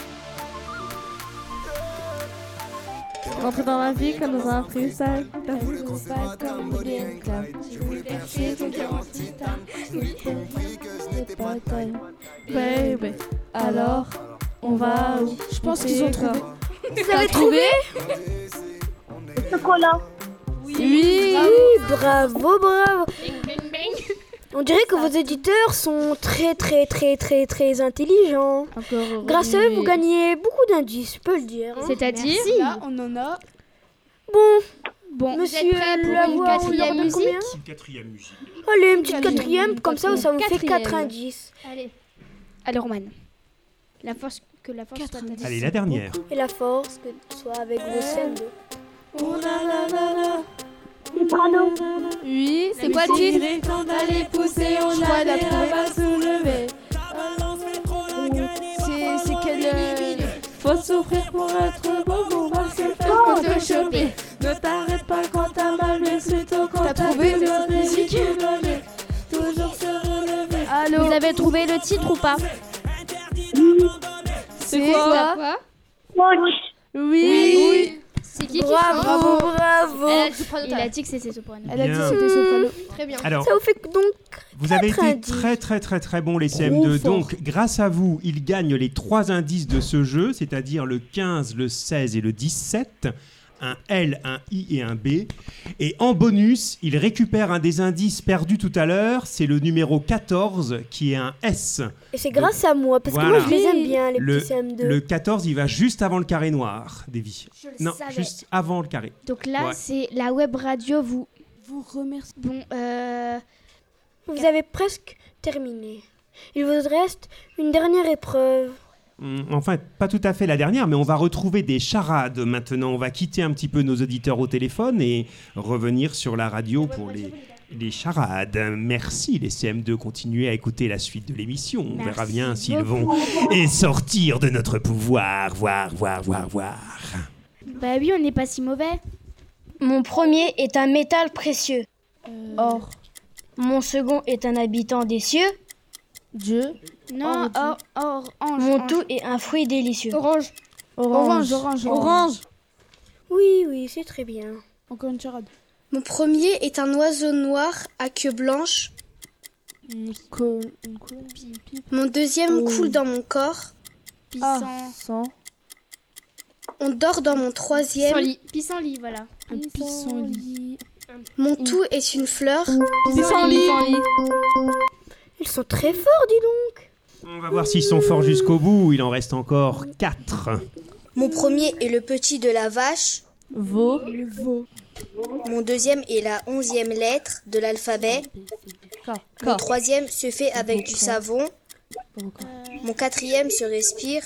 Rentre dans ma vie comme dans un freestyle. Pas comme William Clark. Baby, alors on va où? Je pense qu'ils ont trouvé. Vous avez trouvé? Chocolat. Oui. Oui, bravo, bravo. On dirait que vos éditeurs sont très, très, très, très, très intelligents. Encore Grâce à eux, oui. vous gagnez beaucoup d'indices, je peux le dire. hein. C'est-à-dire? Là, on en a. Bon, Bon, monsieur prêts pour Lavoie, une on leur quatrième donne musique? combien? Une quatrième musique. Allez, une petite Quatrième. quatrième, comme ça, ça vous fait Quatrième. quatre indices. Allez. allez, Romane. La force, que la force soit à ta Allez, la dernière. Et la force, que ce soit avec vos scènes de... Soprano. Oui, c'est quoi le titre? Allez pousser, on crois a la des trouver. à soulever. C'est c'est quel. euh, Faut souffrir pour être beau, pour voir se faire Pour pour te te choper. Ne t'arrête pas quand t'as mal, mais plutôt quand T'as t'as trouvé besoin cette de musique? rigoler. Toujours se relever. Allô. Vous avez trouvé le titre ou pas? C'est C'est quoi? quoi? Coach. Oui. C'est qui qui Bravo, chante? bravo. Elle a dit soprano, Il t'as- a dit que c'était soprano. Elle a dit Bien. c'était soprano. Très bien. Alors, Ça vous fait donc vous avez quatre été indices. très très très très bons les C M Trop deux. fort. Donc grâce à vous, ils gagnent les trois indices de ce jeu, c'est-à-dire le quinze, le seize et le dix-sept. un L, un I et un B. Et en bonus, il récupère un des indices perdus tout à l'heure. C'est le numéro quatorze qui est un S. Et c'est grâce à moi, parce Voilà. que moi je les aime bien, les Le, petits C M deux. le quatorze, il va juste avant le carré noir, Davy. Je le Non, savais. juste avant le carré. Donc là, Ouais. c'est la web radio vous... Vous remercie. Bon, euh... Vous avez presque terminé. Il vous reste une dernière épreuve. Hum, Enfin, pas tout à fait la dernière, mais on va retrouver des charades maintenant. On va quitter un petit peu nos auditeurs au téléphone et revenir sur la radio pour les, les charades. Merci les C M deux, continuez à écouter la suite de l'émission. On Merci verra bien s'ils vont beaucoup. et sortir de notre pouvoir. Voir, voir, voir, voir. Bah oui, on n'est pas si mauvais. Mon premier est un métal précieux. Or. Mon second est un habitant des cieux. Dieu. Non, or, or, ange. Mon ange. tout est un fruit délicieux. Orange. Orange. Orange, orange, Orange. Oui, oui, c'est très bien. Encore une charade. Mon premier est un oiseau noir à queue blanche. Une co- une co- Mon deuxième Oh. coule dans mon corps. Pissant. Sang. On dort dans mon troisième. Pissenlit. Pissenlit, voilà. Un pissenlit. Mon tout est une fleur. Pissenlit. Ils sont très forts, dis donc. On va voir s'ils sont forts jusqu'au bout. Il en reste encore quatre. Mon premier est le petit de la vache. Veau. Le veau. Mon deuxième est la onzième lettre de l'alphabet. Mon troisième se fait avec du savon. Mon quatrième se respire.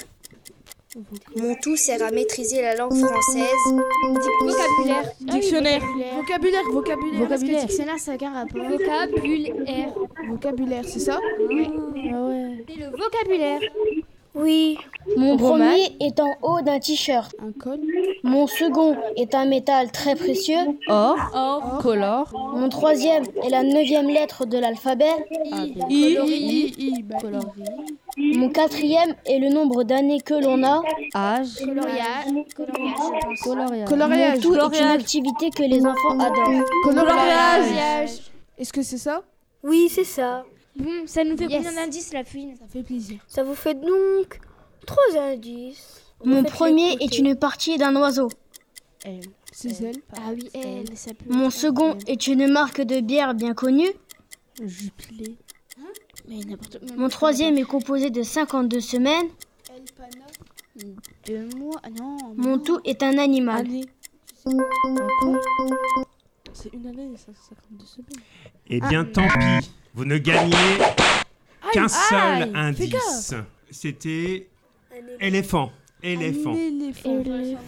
Mon tout sert à maîtriser la langue française. Vocabulaire. Dictionnaire. Vocabulaire, vocabulaire. Parce que dictionnaire, ça n'a aucun rapport. Vocabulaire. Vocabulaire, c'est ça? Ah ouais. C'est le vocabulaire. Oui. Mon Roman. premier est en haut d'un t-shirt. Un col. Mon second est un métal très précieux. Or. Or. Color. Mon troisième est la neuvième lettre de l'alphabet. I. I, I. I, bah, I. Mon quatrième est le nombre d'années que l'on a. Âge. Coloriage. Coloriage, je pense. Coloriage. Coloriage. Mon tout est une Coloriage. activité que les enfants adorent. Coloriage. Est-ce que c'est ça? Oui, c'est ça. Bon, ça nous fait Yes. combien d'indices, la fouine? Ça fait plaisir. Ça vous fait donc trois indices. Mon Faites-les premier écouter. est une partie d'un oiseau. Elle. C'est elle. Ah oui, elle, ça peut. Mon être second elle. est une marque de bière bien connue. Jubilé. Mais n'importe Mon troisième est composé de cinquante-deux semaines. Elle, pana. Deux mois. Non. Mon tout est un animal. Année. Encore. C'est une année, ça, cinquante-deux semaines. Eh bien, tant pis. Vous ne gagnez qu'un seul indice. C'était éléphant. Éléphant. Un éléphant.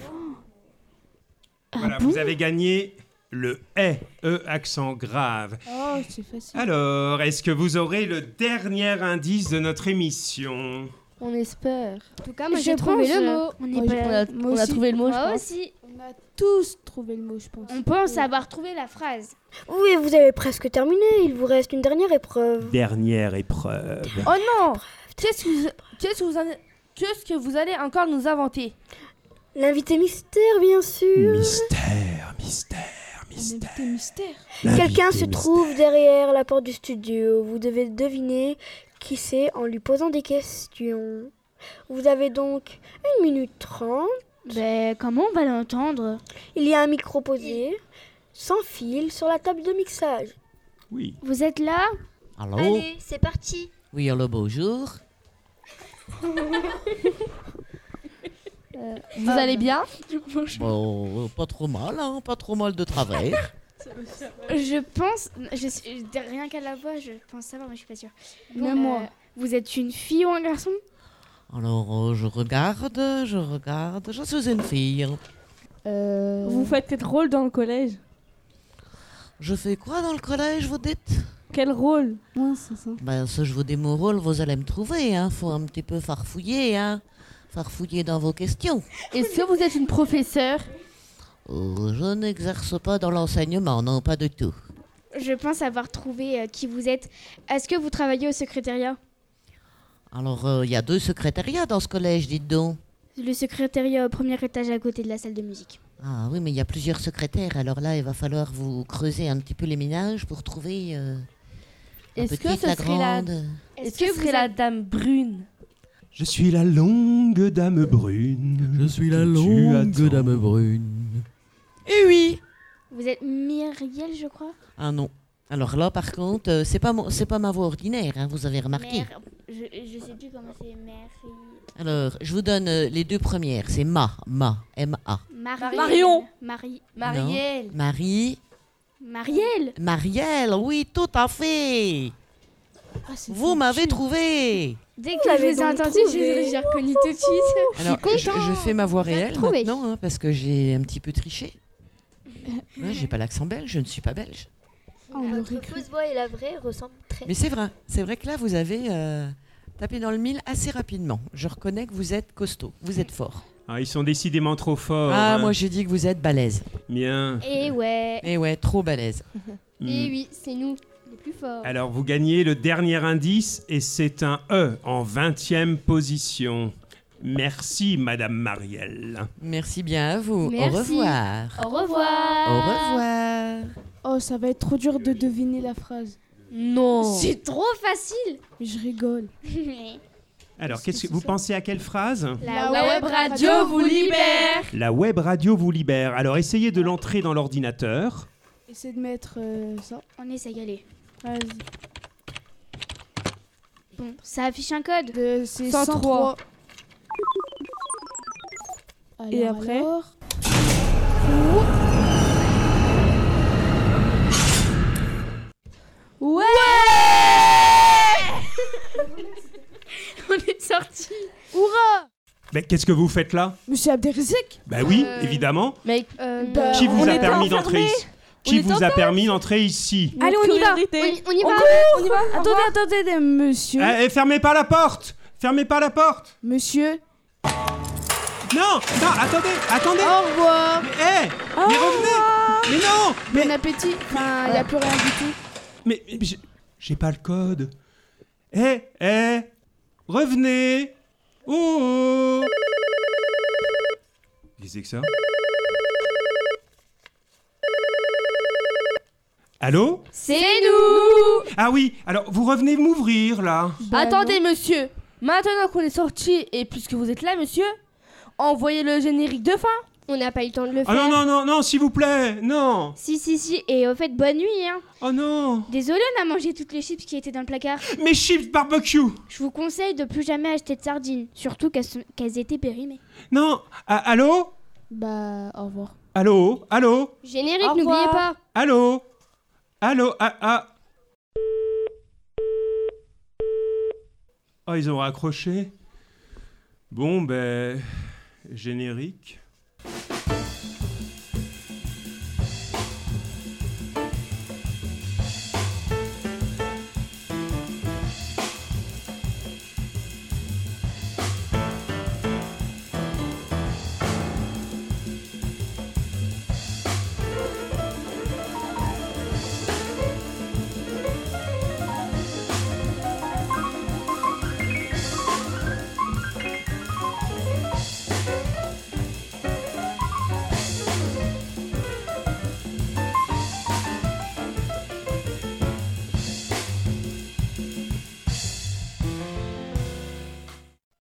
Voilà, vous avez gagné le E, E accent grave. Oh, c'est facile. Alors, est-ce que vous aurez le dernier indice de notre émission? On espère. En tout cas, moi Je j'ai trouvé pense, le euh, mot. On moi, est j'ai- pas. on a- Moi on a aussi. trouvé le mot, je Moi pense. aussi. On a tous trouvé le mot, je pense. On pense avoir trouvé la phrase. Oui, vous avez presque terminé. Il vous reste une dernière épreuve. Dernière épreuve. Oh non. Qu'est-ce que vous, qu'est-ce que vous, allez- qu'est-ce que vous allez encore nous inventer? L'invité mystère, bien sûr. Mystère, mystère, mystère. Invité mystère. Quelqu'un L'invité se mystère. trouve derrière la porte du studio. Vous devez deviner qui c'est en lui posant des questions. Vous avez donc une minute trente. Ben, comment on va l'entendre? Il y a un micro posé, sans fil, sur la table de mixage. Oui. Vous êtes là? Oh. Allô? Allez, c'est parti. Oui, allô, bonjour. Euh, vous allez bien? Bon, pas trop mal, hein, pas trop mal de travers. Je pense, je suis- rien qu'à la voix, je pense savoir, mais je suis pas sûre. Même moi. Vous êtes une fille ou un garçon? Alors, euh, je regarde, je regarde, je suis une fille. Euh... Vous faites quel rôle dans le collège? Je fais quoi dans le collège, vous dites? Quel rôle? Ouais, c'est ça. Ben, ça, je vous dis mon rôle, vous allez me trouver, hein. Faut un petit peu farfouiller, hein. Farfouiller dans vos questions. Est-ce que vous êtes une professeure? Oh, je n'exerce pas dans l'enseignement, non, pas du tout. Je pense avoir trouvé euh, qui vous êtes. Est-ce que vous travaillez au secrétariat? Alors, il y a deux secrétariats dans ce collège, dites donc. Le secrétariat au premier étage à côté de la salle de musique. Ah oui, mais il y a plusieurs secrétaires, alors là, il va falloir vous creuser un petit peu les ménages pour trouver euh, la Est-ce que petite, ce la serait la, grande. est-ce que ce serait la dame brune? Je suis la longue dame brune. Je suis la que tu longue attends. dame brune. Eh oui. Vous êtes Myriel, je crois. Ah non. Alors là, par contre, euh, c'est pas, mon- c'est pas ma voix ordinaire, hein, vous avez remarqué. Mère, je, je sais plus comment c'est. Mary. Alors, je vous donne euh, les deux premières. C'est Ma, Ma, M A. Marie- Marion. Marie. Marielle. Non. Marie. Marielle. Marielle, oui, tout à fait. Vous m'avez trouvé. Dès Vous que je l'avez vous ai donc entendu, trouvé. j'ai j'ai reconnu tout de suite. Alors, je suis je, contente. je fais ma voix Vous l'avez réelle trouvé. maintenant, hein, parce que j'ai un petit peu triché. Ouais, j'ai pas l'accent belge, je ne suis pas belge. Votre fausse voix et la vraie ressemblent très. Mais c'est vrai, c'est vrai que là, vous avez euh, tapé dans le mille assez rapidement. Je reconnais que vous êtes costaud, vous êtes fort. Ah, ils sont décidément trop forts. Ah, hein. moi, je dis que vous êtes balèze. Bien. Et ouais. Et ouais, trop balèze. Et oui, c'est nous, les plus forts. Alors, vous gagnez le dernier indice et c'est un E en vingtième position. Merci, Madame Marielle. Merci bien à vous. Merci. Au revoir. Au revoir. Au revoir. Oh, ça va être trop dur de deviner la phrase. Non. C'est trop facile. Mais je rigole. Alors, qu'est-ce que vous pensez à quelle phrase? La, La web radio vous libère. La web radio vous libère. Alors, essayez de l'entrer dans l'ordinateur. Essaye de mettre euh, ça. On essaye, allez. Vas-y. Bon, ça affiche un code. Euh, c'est cent trois. cent trois. Et Alors, après alors. Ouais. On est sortis. Hurrah! Mais qu'est-ce que vous faites là? Monsieur Abderrezek? Bah oui, Euh, évidemment. Mais Euh, Bah, Qui vous on a était permis enfermés. d'entrer ici? On Qui était vous a permis d'entrer ici? Allez, on y va. Curiosité. On, on y va. On y va. Attendez, attendez, monsieur. Eh, eh, fermez pas la porte! Fermez pas la porte! Monsieur. Non! Non, attendez! Attendez! Au revoir. Mais, eh, mais revenez! Mais non! Mais, Bon appétit. Enfin, il n'y a plus rien du tout. mais, mais j'ai- j'ai pas le code. Eh, eh! Revenez! Oh! oh. Qu'est-ce que c'est que ça? Allô? C'est nous. Ah oui, alors vous revenez m'ouvrir là. Bah, Attendez, monsieur. Maintenant qu'on est sorti et puisque vous êtes là, monsieur, envoyez le générique de fin. On n'a pas eu le temps de le Ah faire. non, non, non, non, s'il vous plaît, non. Si, si, si. Et au fait, bonne nuit, hein. Oh non. Désolé, on a mangé toutes les chips qui étaient dans le placard. Mes chips barbecue. Je vous conseille de plus jamais acheter de sardines. Surtout qu'elles sont- qu'elles étaient périmées. Non. Ah, allô? Bah, au revoir. Allô? Allô? Générique, Au n'oubliez revoir. pas. Allô? Allô? Ah, ah. Oh, ils ont raccroché. Bon, ben... Générique.